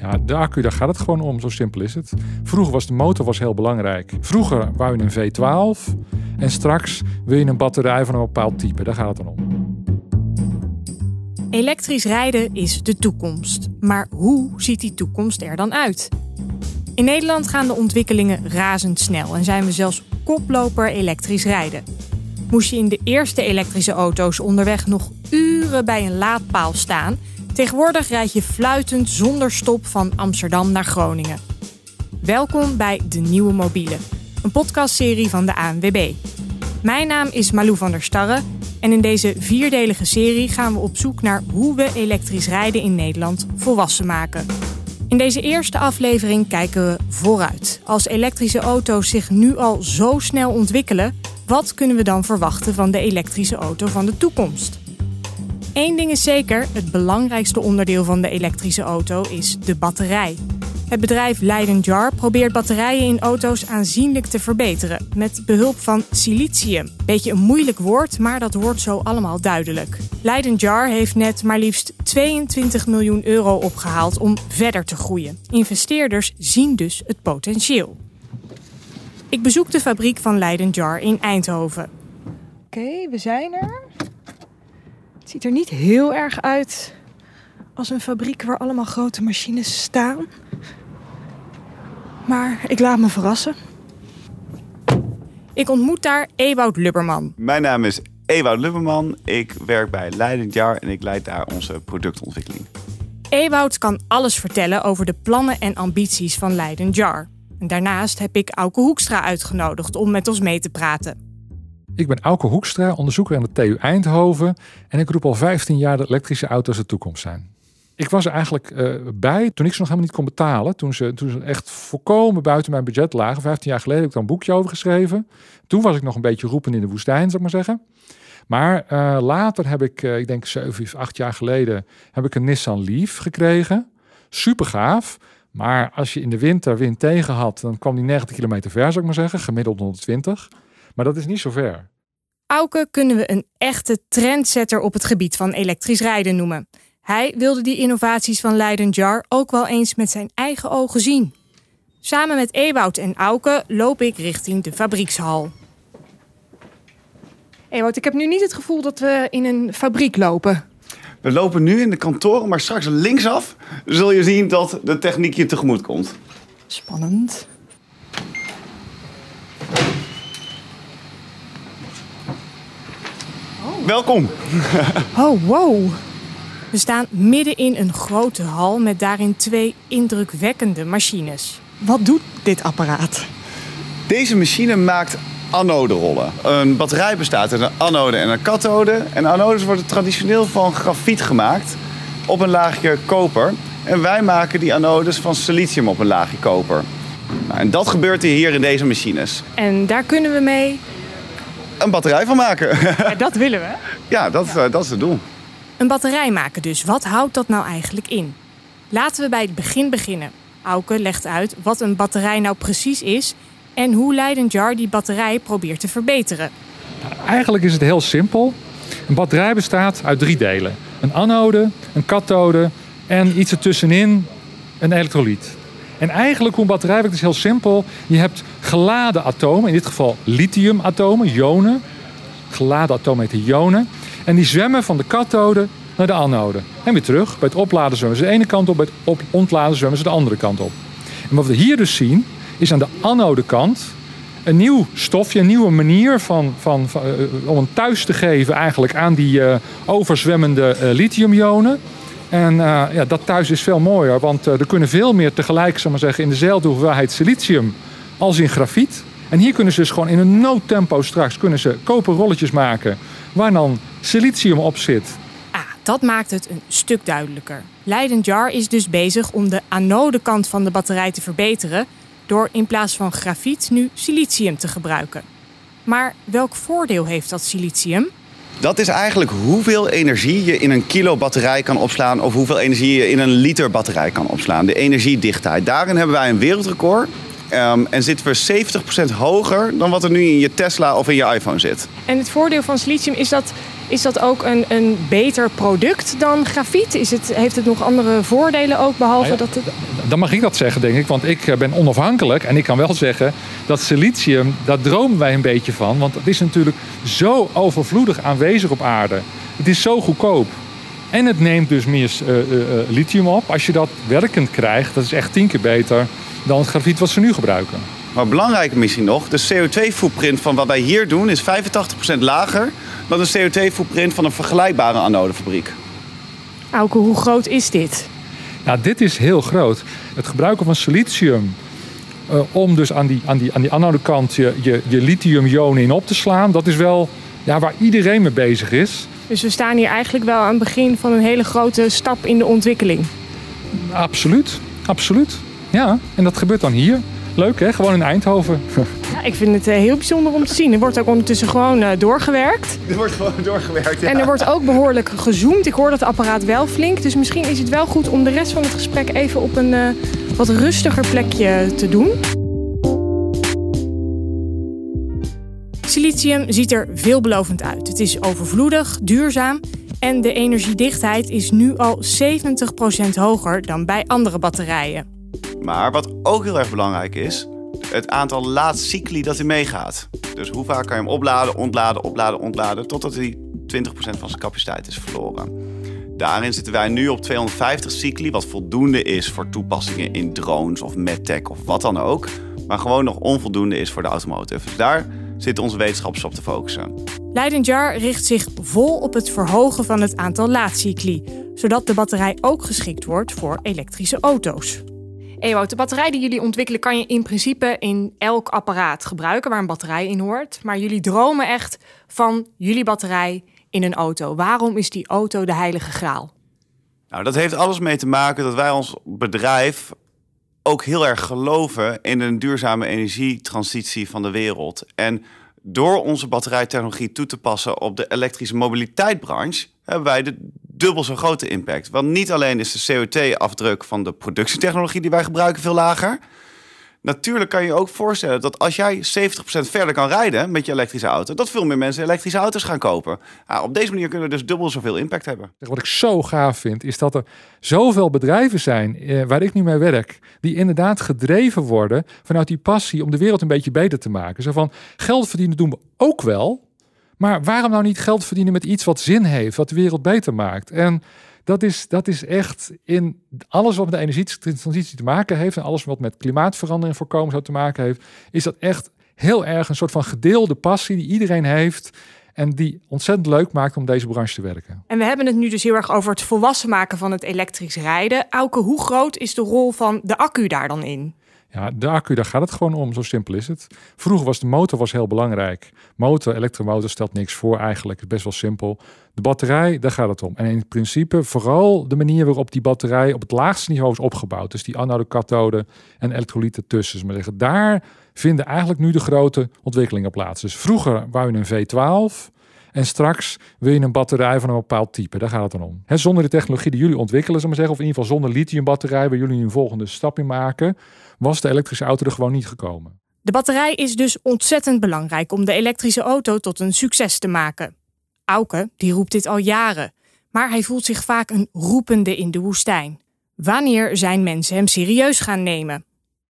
Ja, de accu, daar gaat het gewoon om. Zo simpel is het. Vroeger was de motor heel belangrijk. Vroeger wou je een V12 en straks wil je een batterij van een bepaald type. Daar gaat het dan om. Elektrisch rijden is de toekomst. Maar hoe ziet die toekomst er dan uit? In Nederland gaan de ontwikkelingen razendsnel en zijn we zelfs koploper elektrisch rijden. Moest je in de eerste elektrische auto's onderweg nog uren bij een laadpaal staan, tegenwoordig rijd je fluitend zonder stop van Amsterdam naar Groningen. Welkom bij De Nieuwe Mobiele, een podcastserie van de ANWB. Mijn naam is Malou van der Starre en in deze 4-delige serie gaan we op zoek naar hoe we elektrisch rijden in Nederland volwassen maken. In deze eerste aflevering kijken we vooruit. Als elektrische auto's zich nu al zo snel ontwikkelen, wat kunnen we dan verwachten van de elektrische auto van de toekomst? Eén ding is zeker, het belangrijkste onderdeel van de elektrische auto is de batterij. Het bedrijf Leiden-Jar probeert batterijen in auto's aanzienlijk te verbeteren met behulp van silicium. Beetje een moeilijk woord, maar dat wordt zo allemaal duidelijk. Leiden-Jar heeft net maar liefst 22 miljoen euro opgehaald om verder te groeien. Investeerders zien dus het potentieel. Ik bezoek de fabriek van Leiden-Jar in Eindhoven. Oké, we zijn er. Het ziet er niet heel erg uit als een fabriek waar allemaal grote machines staan. Maar ik laat me verrassen. Ik ontmoet daar Ewout Lubberman. Mijn naam is Ewout Lubberman. Ik werk bij Leiden-Jar en ik leid daar onze productontwikkeling. Ewout kan alles vertellen over de plannen en ambities van Leiden-Jar. En daarnaast heb ik Auke Hoekstra uitgenodigd om met ons mee te praten. Ik ben Auke Hoekstra, onderzoeker aan de TU Eindhoven. En ik roep al 15 jaar dat elektrische auto's de toekomst zijn. Ik was er eigenlijk bij toen ik ze nog helemaal niet kon betalen. Toen ze echt volkomen buiten mijn budget lagen. 15 jaar geleden heb ik daar een boekje over geschreven. Toen was ik nog een beetje roepen in de woestijn, zou ik maar zeggen. Maar later heb ik denk 7 of 8 jaar geleden, heb ik een Nissan Leaf gekregen. Super gaaf. Maar als je in de winter wind tegen had, dan kwam die 90 kilometer ver, zou ik maar zeggen. Gemiddeld 120. Maar dat is niet zo ver. Auke kunnen we een echte trendsetter op het gebied van elektrisch rijden noemen. Hij wilde die innovaties van Leiden-Jar ook wel eens met zijn eigen ogen zien. Samen met Ewout en Auke loop ik richting de fabriekshal. Ewout, ik heb nu niet het gevoel dat we in een fabriek lopen. We lopen nu in de kantoren, maar straks linksaf zul je zien dat de techniek je tegemoet komt. Spannend. Welkom. Oh, wow. We staan midden in een grote hal met daarin 2 indrukwekkende machines. Wat doet dit apparaat? Deze machine maakt anoderollen. Een batterij bestaat uit een anode en een kathode. En anodes worden traditioneel van grafiet gemaakt op een laagje koper. En wij maken die anodes van silicium op een laagje koper. Nou, en dat gebeurt hier in deze machines. En daar kunnen we mee een batterij van maken. Ja, dat willen we. Ja, dat is het doel. Een batterij maken dus. Wat houdt dat nou eigenlijk in? Laten we bij het begin beginnen. Auke legt uit wat een batterij nou precies is en hoe Leiden-Jar die batterij probeert te verbeteren. Eigenlijk is het heel simpel. Een batterij bestaat uit 3 delen. Een anode, een kathode en iets ertussenin, een elektrolyt. En eigenlijk hoe een batterij werkt is heel simpel. Je hebt geladen atomen, in dit geval lithiumatomen, ionen. Geladen atomen heten ionen. En die zwemmen van de kathode naar de anode. En weer terug. Bij het opladen zwemmen ze de ene kant op, bij het ontladen zwemmen ze de andere kant op. En wat we hier dus zien, is aan de anodekant een nieuw stofje, een nieuwe manier om een thuis te geven eigenlijk aan die overzwemmende lithiumionen. En dat thuis is veel mooier, want er kunnen veel meer tegelijk, zal maar zeggen, in dezelfde hoeveelheid silicium als in grafiet. En hier kunnen ze dus gewoon in een noodtempo straks kunnen ze koperen rolletjes maken waar dan silicium op zit. Dat maakt het een stuk duidelijker. Leiden-Jar is dus bezig om de anodekant van de batterij te verbeteren door in plaats van grafiet nu silicium te gebruiken. Maar welk voordeel heeft dat silicium? Dat is eigenlijk hoeveel energie je in een kilo batterij kan opslaan of hoeveel energie je in een liter batterij kan opslaan. De energiedichtheid. Daarin hebben wij een wereldrecord. En zitten we 70% hoger dan wat er nu in je Tesla of in je iPhone zit. En het voordeel van silicium, is dat ook een beter product dan grafiet? Heeft het nog andere voordelen ook, behalve dat het... Dan mag ik dat zeggen, denk ik, want ik ben onafhankelijk. En ik kan wel zeggen dat silicium, daar dromen wij een beetje van. Want het is natuurlijk zo overvloedig aanwezig op aarde. Het is zo goedkoop. En het neemt dus meer lithium op. Als je dat werkend krijgt, dat is echt 10 keer beter dan het grafiet wat ze nu gebruiken. Maar belangrijker misschien nog, de CO2-footprint van wat wij hier doen is 85% lager dan de CO2-footprint van een vergelijkbare anodefabriek. Auke, hoe groot is dit? Nou, dit is heel groot. Het gebruiken van silicium om dus aan die anodekant je lithium-ionen in op te slaan, dat is wel waar iedereen mee bezig is. Dus we staan hier eigenlijk wel aan het begin van een hele grote stap in de ontwikkeling. Absoluut, absoluut. Ja, en dat gebeurt dan hier. Leuk hè, gewoon in Eindhoven. Ja, ik vind het heel bijzonder om te zien. Er wordt ook ondertussen gewoon doorgewerkt. Er wordt gewoon doorgewerkt, ja. En er wordt ook behoorlijk gezoomd. Ik hoor dat apparaat wel flink. Dus misschien is het wel goed om de rest van het gesprek even op een wat rustiger plekje te doen. Silicium ziet er veelbelovend uit. Het is overvloedig, duurzaam en de energiedichtheid is nu al 70% hoger dan bij andere batterijen. Maar wat ook heel erg belangrijk is, het aantal laadcycli dat hij meegaat. Dus hoe vaak kan je hem opladen, ontladen, totdat hij 20% van zijn capaciteit is verloren. Daarin zitten wij nu op 250 cycli, wat voldoende is voor toepassingen in drones of medtech of wat dan ook. Maar gewoon nog onvoldoende is voor de automotive. Dus daar zitten onze wetenschappers op te focussen. Leidensjar richt zich vol op het verhogen van het aantal laadcycli, zodat de batterij ook geschikt wordt voor elektrische auto's. Ewout, de batterij die jullie ontwikkelen kan je in principe in elk apparaat gebruiken waar een batterij in hoort. Maar jullie dromen echt van jullie batterij in een auto. Waarom is die auto de heilige graal? Nou, dat heeft alles mee te maken dat wij als bedrijf ook heel erg geloven in een duurzame energietransitie van de wereld. En door onze batterijtechnologie toe te passen op de elektrische mobiliteitsbranche hebben wij de dubbel zo grote impact. Want niet alleen is de CO2-afdruk van de productietechnologie die wij gebruiken veel lager. Natuurlijk kan je ook voorstellen dat als jij 70% verder kan rijden met je elektrische auto, dat veel meer mensen elektrische auto's gaan kopen. Op deze manier kunnen we dus dubbel zoveel impact hebben. Wat ik zo gaaf vind, is dat er zoveel bedrijven zijn waar ik nu mee werk, die inderdaad gedreven worden vanuit die passie om de wereld een beetje beter te maken. Zo van, geld verdienen doen we ook wel, maar waarom nou niet geld verdienen met iets wat zin heeft, wat de wereld beter maakt? En dat is echt in alles wat met de energietransitie te maken heeft en alles wat met klimaatverandering voorkomen zou te maken heeft, is dat echt heel erg een soort van gedeelde passie die iedereen heeft en die ontzettend leuk maakt om deze branche te werken. En we hebben het nu dus heel erg over het volwassen maken van het elektrisch rijden. Auke, hoe groot is de rol van de accu daar dan in? Ja, de accu, daar gaat het gewoon om. Zo simpel is het. Vroeger was de motor heel belangrijk. Elektromotor stelt niks voor eigenlijk. Het is best wel simpel. De batterij, daar gaat het om. En in principe vooral de manier waarop die batterij op het laagste niveau is opgebouwd. Dus die anode, kathode en elektrolyten tussen. Maar zeggen, daar vinden eigenlijk nu de grote ontwikkelingen plaats. Dus vroeger wou je een V12... En straks wil je een batterij van een bepaald type. Daar gaat het dan om. Zonder de technologie die jullie ontwikkelen, of in ieder geval zonder lithiumbatterij, waar jullie nu een volgende stap in maken, was de elektrische auto er gewoon niet gekomen. De batterij is dus ontzettend belangrijk om de elektrische auto tot een succes te maken. Auke, die roept dit al jaren. Maar hij voelt zich vaak een roepende in de woestijn. Wanneer zijn mensen hem serieus gaan nemen?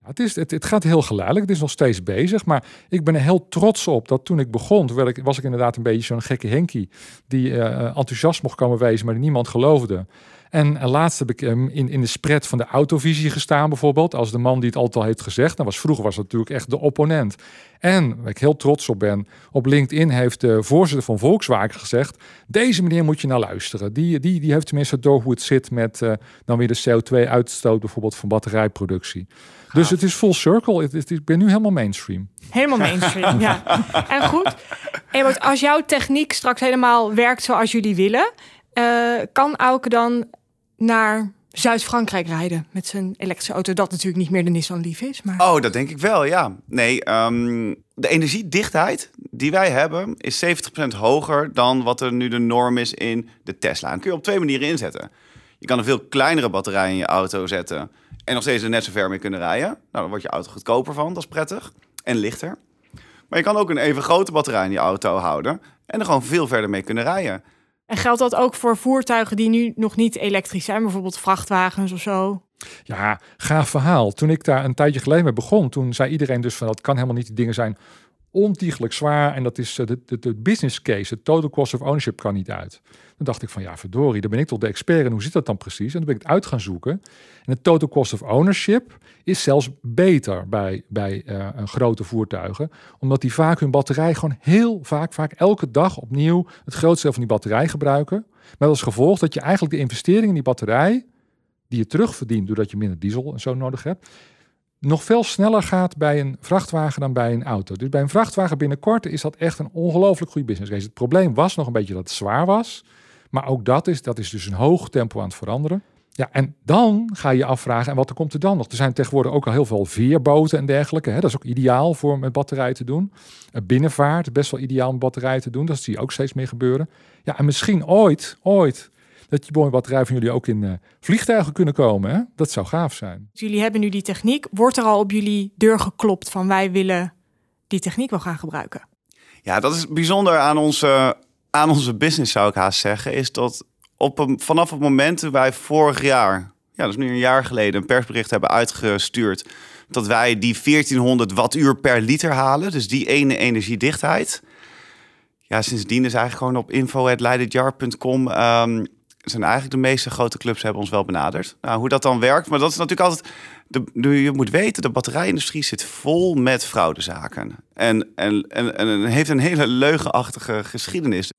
Het gaat heel geleidelijk, het is nog steeds bezig, maar ik ben er heel trots op dat toen ik begon, was ik inderdaad een beetje zo'n gekke Henkie die enthousiast mocht komen wezen, maar die niemand geloofde. En laatst heb ik in de spread van de Autovisie gestaan bijvoorbeeld, als de man die het altijd al heeft gezegd. Vroeger was dat natuurlijk echt de opponent. En waar ik heel trots op ben, op LinkedIn heeft de voorzitter van Volkswagen gezegd, deze meneer moet je naar luisteren. Die heeft tenminste door hoe het zit met dan weer de CO2-uitstoot bijvoorbeeld van batterijproductie. Dus het is full circle. Ik ben nu helemaal mainstream. Helemaal mainstream, ja. En goed, Ewout, als jouw techniek straks helemaal werkt zoals jullie willen, kan Auke dan naar Zuid-Frankrijk rijden met zijn elektrische auto? Dat natuurlijk niet meer de Nissan Leaf is. Maar... Oh, dat denk ik wel, ja. Nee, de energiedichtheid die wij hebben is 70% hoger dan wat er nu de norm is in de Tesla. En kun je op 2 manieren inzetten. Je kan een veel kleinere batterij in je auto zetten en nog steeds er net zo ver mee kunnen rijden. Nou, dan wordt je auto goedkoper van, dat is prettig. En lichter. Maar je kan ook een even grote batterij in je auto houden en er gewoon veel verder mee kunnen rijden. En geldt dat ook voor voertuigen die nu nog niet elektrisch zijn? Bijvoorbeeld vrachtwagens of zo? Ja, gaaf verhaal. Toen ik daar een tijdje geleden mee begon, toen zei iedereen dus van dat kan helemaal niet, die dingen zijn ontiegelijk zwaar en dat is de business case, de total cost of ownership kan niet uit. Dan dacht ik van ja, verdorie, daar ben ik toch de expert en hoe zit dat dan precies? En toen ben ik het uit gaan zoeken. En de total cost of ownership is zelfs beter bij grote voertuigen, omdat die vaak hun batterij gewoon heel vaak elke dag opnieuw het grootste deel van die batterij gebruiken. Met als gevolg dat je eigenlijk de investering in die batterij, die je terugverdient doordat je minder diesel en zo nodig hebt, nog veel sneller gaat bij een vrachtwagen dan bij een auto. Dus bij een vrachtwagen binnenkort is dat echt een ongelooflijk goede business case. Het probleem was nog een beetje dat het zwaar was. Maar ook dat is dus een hoog tempo aan het veranderen. Ja, en dan ga je je afvragen, en wat komt er dan nog? Er zijn tegenwoordig ook al heel veel veerboten en dergelijke. Hè? Dat is ook ideaal voor met batterij te doen. Binnenvaart, best wel ideaal met batterij te doen. Dat zie je ook steeds meer gebeuren. Ja, en misschien ooit dat die mooie batterij van jullie ook in vliegtuigen kunnen komen. Hè? Dat zou gaaf zijn. Dus jullie hebben nu die techniek. Wordt er al op jullie deur geklopt van wij willen die techniek wel gaan gebruiken? Ja, dat is bijzonder aan onze business, zou ik haast zeggen. Is dat vanaf het moment dat wij vorig jaar, ja, dat is nu een jaar geleden, een persbericht hebben uitgestuurd dat wij die 1400 wattuur per liter halen. Dus die ene energiedichtheid. Ja, sindsdien is eigenlijk gewoon op info@leidenjar.com zijn eigenlijk de meeste grote clubs hebben ons wel benaderd. Nou, hoe dat dan werkt, maar dat is natuurlijk altijd je moet weten, de batterijindustrie zit vol met fraudezaken. En heeft een hele leugenachtige geschiedenis.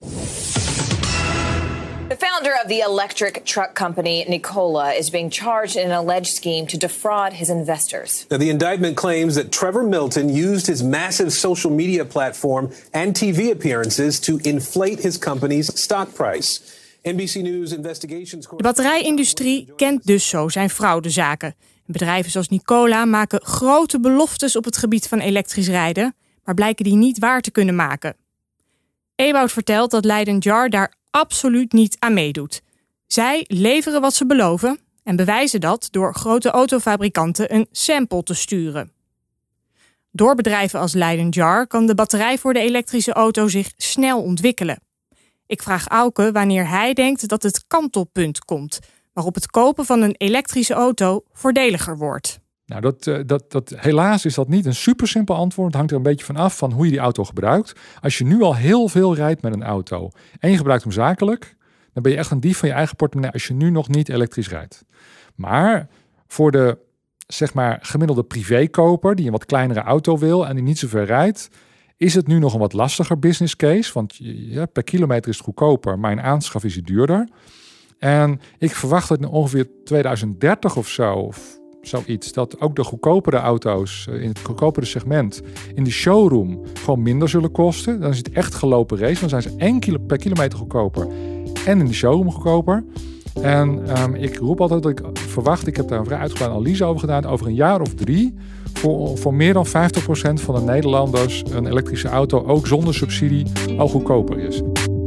The founder of the electric truck company Nikola is being charged in an alleged scheme to defraud his investors. Now, the indictment claims that Trevor Milton used his massive social media platform and TV appearances to inflate his company's stock price. NBC News investigations. De batterijindustrie kent dus zo zijn fraudezaken. Bedrijven zoals Nikola maken grote beloftes op het gebied van elektrisch rijden, maar blijken die niet waar te kunnen maken. Ewout vertelt dat Leiden Jar daar absoluut niet aan meedoet. Zij leveren wat ze beloven en bewijzen dat door grote autofabrikanten een sample te sturen. Door bedrijven als Leiden Jar kan de batterij voor de elektrische auto zich snel ontwikkelen. Ik vraag Auke wanneer hij denkt dat het kantelpunt komt, waarop het kopen van een elektrische auto voordeliger wordt. Nou, helaas is dat niet een super simpel antwoord. Het hangt er een beetje van af van hoe je die auto gebruikt. Als je nu al heel veel rijdt met een auto en je gebruikt hem zakelijk, dan ben je echt een dief van je eigen portemonnee als je nu nog niet elektrisch rijdt. Maar voor de gemiddelde privékoper die een wat kleinere auto wil en die niet zo ver rijdt, is het nu nog een wat lastiger business case. Want per kilometer is het goedkoper, maar in aanschaf is het duurder. En ik verwacht dat in ongeveer 2030 of zo, of zoiets, dat ook de goedkopere auto's in het goedkopere segment in de showroom gewoon minder zullen kosten. Dan is het echt gelopen race. Dan zijn ze 1 per kilometer goedkoper en in de showroom goedkoper. En ik roep altijd dat ik verwacht, ik heb daar een vrij uitgebreide analyse over gedaan, over een jaar of 3 voor meer dan 50% van de Nederlanders een elektrische auto ook zonder subsidie al goedkoper is.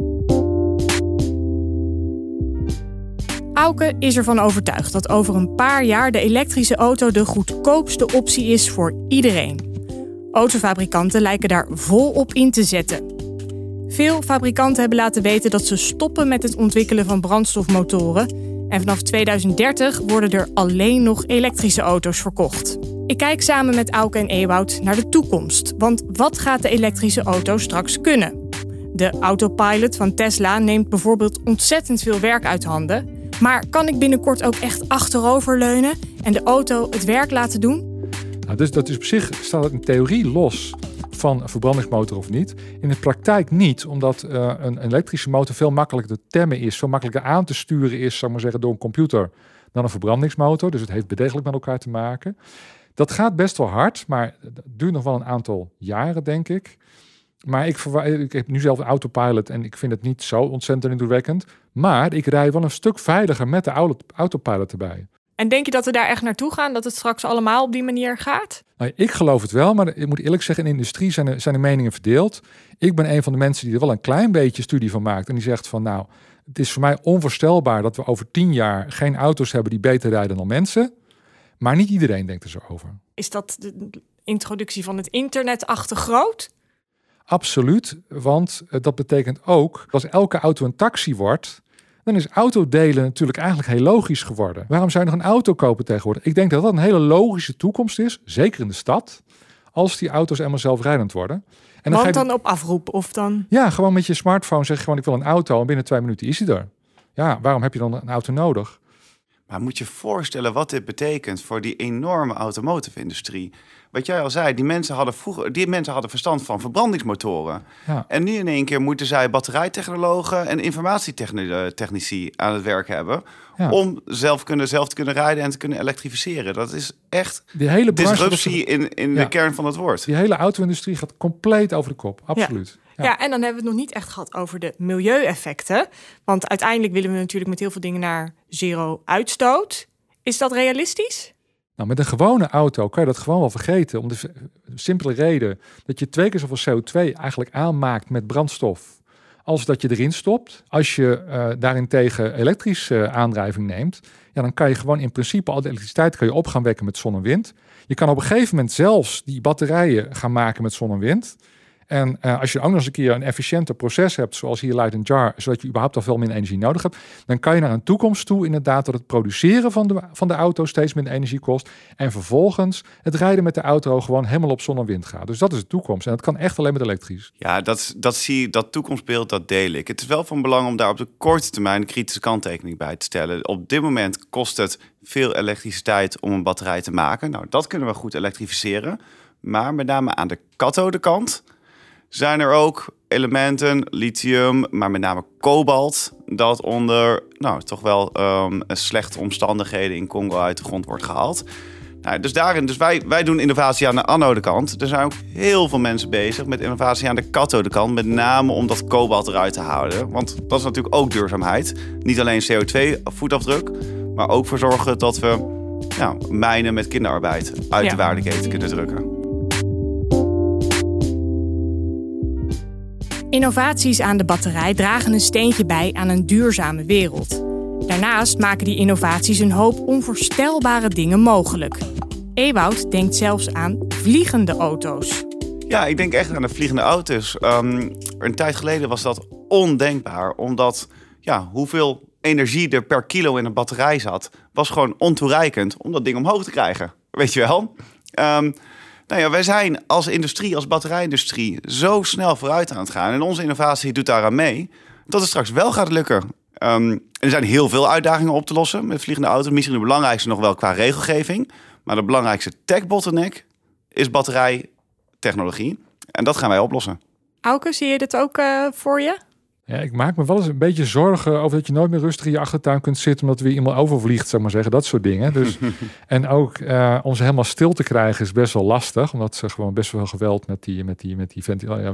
Auke is ervan overtuigd dat over een paar jaar de elektrische auto de goedkoopste optie is voor iedereen. Autofabrikanten lijken daar volop in te zetten. Veel fabrikanten hebben laten weten dat ze stoppen met het ontwikkelen van brandstofmotoren. En vanaf 2030 worden er alleen nog elektrische auto's verkocht. Ik kijk samen met Auke en Ewout naar de toekomst. Want wat gaat de elektrische auto straks kunnen? De autopilot van Tesla neemt bijvoorbeeld ontzettend veel werk uit handen. Maar kan ik binnenkort ook echt achteroverleunen en de auto het werk laten doen? Nou, dus dat is op zich staat het in theorie los van een verbrandingsmotor of niet. In de praktijk niet, omdat een elektrische motor veel makkelijker te temmen is, veel makkelijker aan te sturen is, zou ik maar zeggen, door een computer dan een verbrandingsmotor. Dus het heeft bedegelijk met elkaar te maken. Dat gaat best wel hard, maar het duurt nog wel een aantal jaren, denk ik. Maar ik heb nu zelf een autopilot en ik vind het niet zo ontzettend indrukwekkend. Maar ik rij wel een stuk veiliger met de autopilot erbij. En denk je dat we daar echt naartoe gaan, dat het straks allemaal op die manier gaat? Nou, ik geloof het wel, maar ik moet eerlijk zeggen, in de industrie zijn de meningen verdeeld. Ik ben een van de mensen die er wel een klein beetje studie van maakt. En die zegt van nou, het is voor mij onvoorstelbaar dat we over 10 jaar geen auto's hebben die beter rijden dan mensen. Maar niet iedereen denkt er zo over. Is dat de introductie van het internet achter groot? Absoluut, want dat betekent ook dat als elke auto een taxi wordt, dan is autodelen natuurlijk eigenlijk heel logisch geworden. Waarom zou je nog een auto kopen tegenwoordig? Ik denk dat dat een hele logische toekomst is, zeker in de stad, als die auto's eenmaal zelfrijdend worden. En dan op afroep of dan? Ja, gewoon met je smartphone zeg je gewoon ik wil een auto en binnen 2 minuten is hij er. Ja, waarom heb je dan een auto nodig? Maar moet je voorstellen wat dit betekent voor die enorme automotive-industrie. Wat jij al zei, die mensen hadden verstand van verbrandingsmotoren. Ja. En nu in één keer moeten zij batterijtechnologen en informatietechnici aan het werk hebben. Ja. Om zelf te kunnen rijden en te kunnen elektrificeren. Dat is echt die hele disruptie in de kern van het woord. Die hele auto-industrie gaat compleet over de kop, absoluut. Ja, en dan hebben we het nog niet echt gehad over de milieueffecten. Want uiteindelijk willen we natuurlijk met heel veel dingen naar zero uitstoot. Is dat realistisch? Nou, met een gewone auto kan je dat gewoon wel vergeten. Om de simpele reden dat je 2 keer zoveel CO2 eigenlijk aanmaakt met brandstof als dat je erin stopt. Als je daarentegen elektrische aandrijving neemt, ja, dan kan je gewoon in principe al de elektriciteit kan je op gaan wekken met zon en wind. Je kan op een gegeven moment zelfs die batterijen gaan maken met zon en wind. En als je ook nog eens een keer een efficiënter proces hebt, zoals hier Light & Jar, zodat je überhaupt al veel minder energie nodig hebt, dan kan je naar een toekomst toe inderdaad dat het produceren van de auto steeds minder energie kost en vervolgens het rijden met de auto gewoon helemaal op zon en wind gaat. Dus dat is de toekomst en dat kan echt alleen met elektrisch. Ja, dat toekomstbeeld, dat deel ik. Het is wel van belang om daar op de korte termijn een kritische kanttekening bij te stellen. Op dit moment kost het veel elektriciteit om een batterij te maken. Nou, dat kunnen we goed elektrificeren. Maar met name aan de kathodekant zijn er ook elementen, lithium, maar met name kobalt, dat onder toch wel slechte omstandigheden in Congo uit de grond wordt gehaald. Nou, dus wij doen innovatie aan de anodekant. Er zijn ook heel veel mensen bezig met innovatie aan de kathodekant, met name om dat kobalt eruit te houden. Want dat is natuurlijk ook duurzaamheid. Niet alleen CO2-voetafdruk, maar ook voor zorgen dat we mijnen met kinderarbeid uit de waardeketen kunnen drukken. Innovaties aan de batterij dragen een steentje bij aan een duurzame wereld. Daarnaast maken die innovaties een hoop onvoorstelbare dingen mogelijk. Ewout denkt zelfs aan vliegende auto's. Ja, ik denk echt aan de vliegende auto's. Een tijd geleden was dat ondenkbaar, omdat hoeveel energie er per kilo in een batterij zat, was gewoon ontoereikend om dat ding omhoog te krijgen. Weet je wel? Wij zijn als industrie, als batterijindustrie, zo snel vooruit aan het gaan. En onze innovatie doet daaraan mee dat het straks wel gaat lukken. Er zijn heel veel uitdagingen op te lossen met vliegende auto's. Misschien de belangrijkste nog wel qua regelgeving. Maar de belangrijkste tech-bottleneck is batterijtechnologie. En dat gaan wij oplossen. Auke, zie je dit ook voor je? Ja, ik maak me wel eens een beetje zorgen over dat je nooit meer rustig in je achtertuin kunt zitten omdat weer iemand overvliegt, zeg maar zeggen. Dat soort dingen. Dus, en ook om ze helemaal stil te krijgen is best wel lastig, omdat ze gewoon best wel geweld met die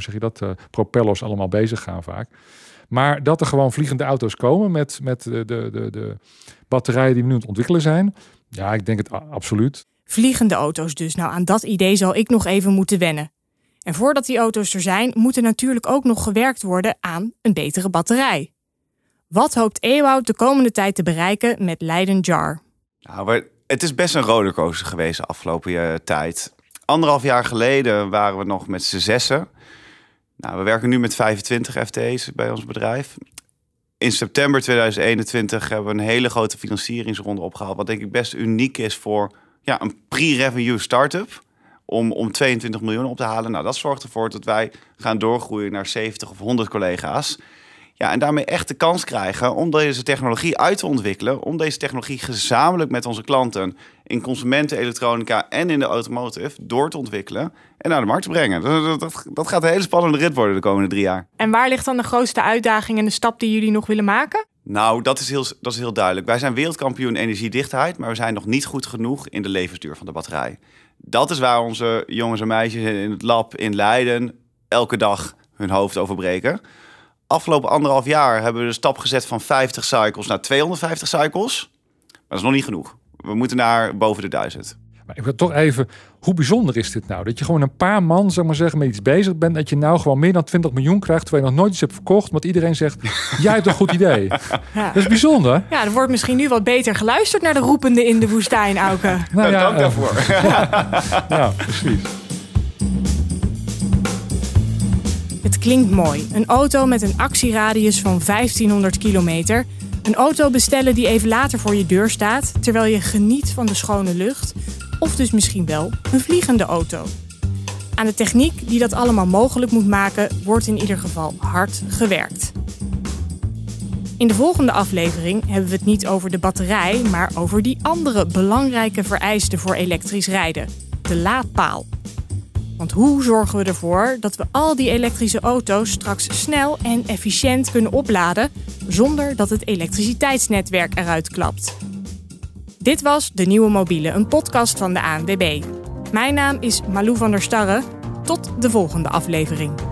propellers allemaal bezig gaan vaak. Maar dat er gewoon vliegende auto's komen met de batterijen die we nu aan het ontwikkelen zijn. Ja, ik denk het absoluut. Vliegende auto's dus. Nou, aan dat idee zal ik nog even moeten wennen. En voordat die auto's er zijn, moet er natuurlijk ook nog gewerkt worden aan een betere batterij. Wat hoopt Ewout de komende tijd te bereiken met Light & Jar? Nou, het is best een rollercoaster geweest de afgelopen tijd. 1,5 jaar geleden waren we nog met z'n 6. Nou, we werken nu met 25 FTE's bij ons bedrijf. In september 2021 hebben we een hele grote financieringsronde opgehaald, wat denk ik best uniek is voor een pre-revenue start-up. Om 22 miljoen op te halen. Nou, dat zorgt ervoor dat wij gaan doorgroeien naar 70 of 100 collega's. Ja, en daarmee echt de kans krijgen om deze technologie uit te ontwikkelen. Om deze technologie gezamenlijk met onze klanten in consumentenelektronica en in de automotive door te ontwikkelen en naar de markt te brengen. Dat gaat een hele spannende rit worden de komende 3 jaar. En waar ligt dan de grootste uitdaging en de stap die jullie nog willen maken? Nou, dat is heel duidelijk. Wij zijn wereldkampioen energiedichtheid, maar we zijn nog niet goed genoeg in de levensduur van de batterij. Dat is waar onze jongens en meisjes in het lab in Leiden elke dag hun hoofd over breken. Afgelopen 1,5 jaar hebben we de stap gezet van 50 cycles naar 250 cycles. Maar dat is nog niet genoeg. We moeten naar boven de 1000. Maar ik wil toch even, hoe bijzonder is dit nou? Dat je gewoon een paar man, zeg maar zeggen, met iets bezig bent. Dat je nou gewoon meer dan 20 miljoen krijgt, terwijl je nog nooit iets hebt verkocht. Want iedereen zegt, jij hebt een goed idee. Ja. Dat is bijzonder. Ja, er wordt misschien nu wat beter geluisterd naar de roependen in de woestijn, Auke. Nou, dank daarvoor. Ja, precies. Het klinkt mooi. Een auto met een actieradius van 1500 kilometer. Een auto bestellen die even later voor je deur staat, terwijl je geniet van de schone lucht. Of dus misschien wel een vliegende auto. Aan de techniek die dat allemaal mogelijk moet maken, wordt in ieder geval hard gewerkt. In de volgende aflevering hebben we het niet over de batterij, maar over die andere belangrijke vereiste voor elektrisch rijden: de laadpaal. Want hoe zorgen we ervoor dat we al die elektrische auto's straks snel en efficiënt kunnen opladen, zonder dat het elektriciteitsnetwerk eruit klapt? Dit was De Nieuwe Mobiele, een podcast van de ANWB. Mijn naam is Malou van der Starre. Tot de volgende aflevering.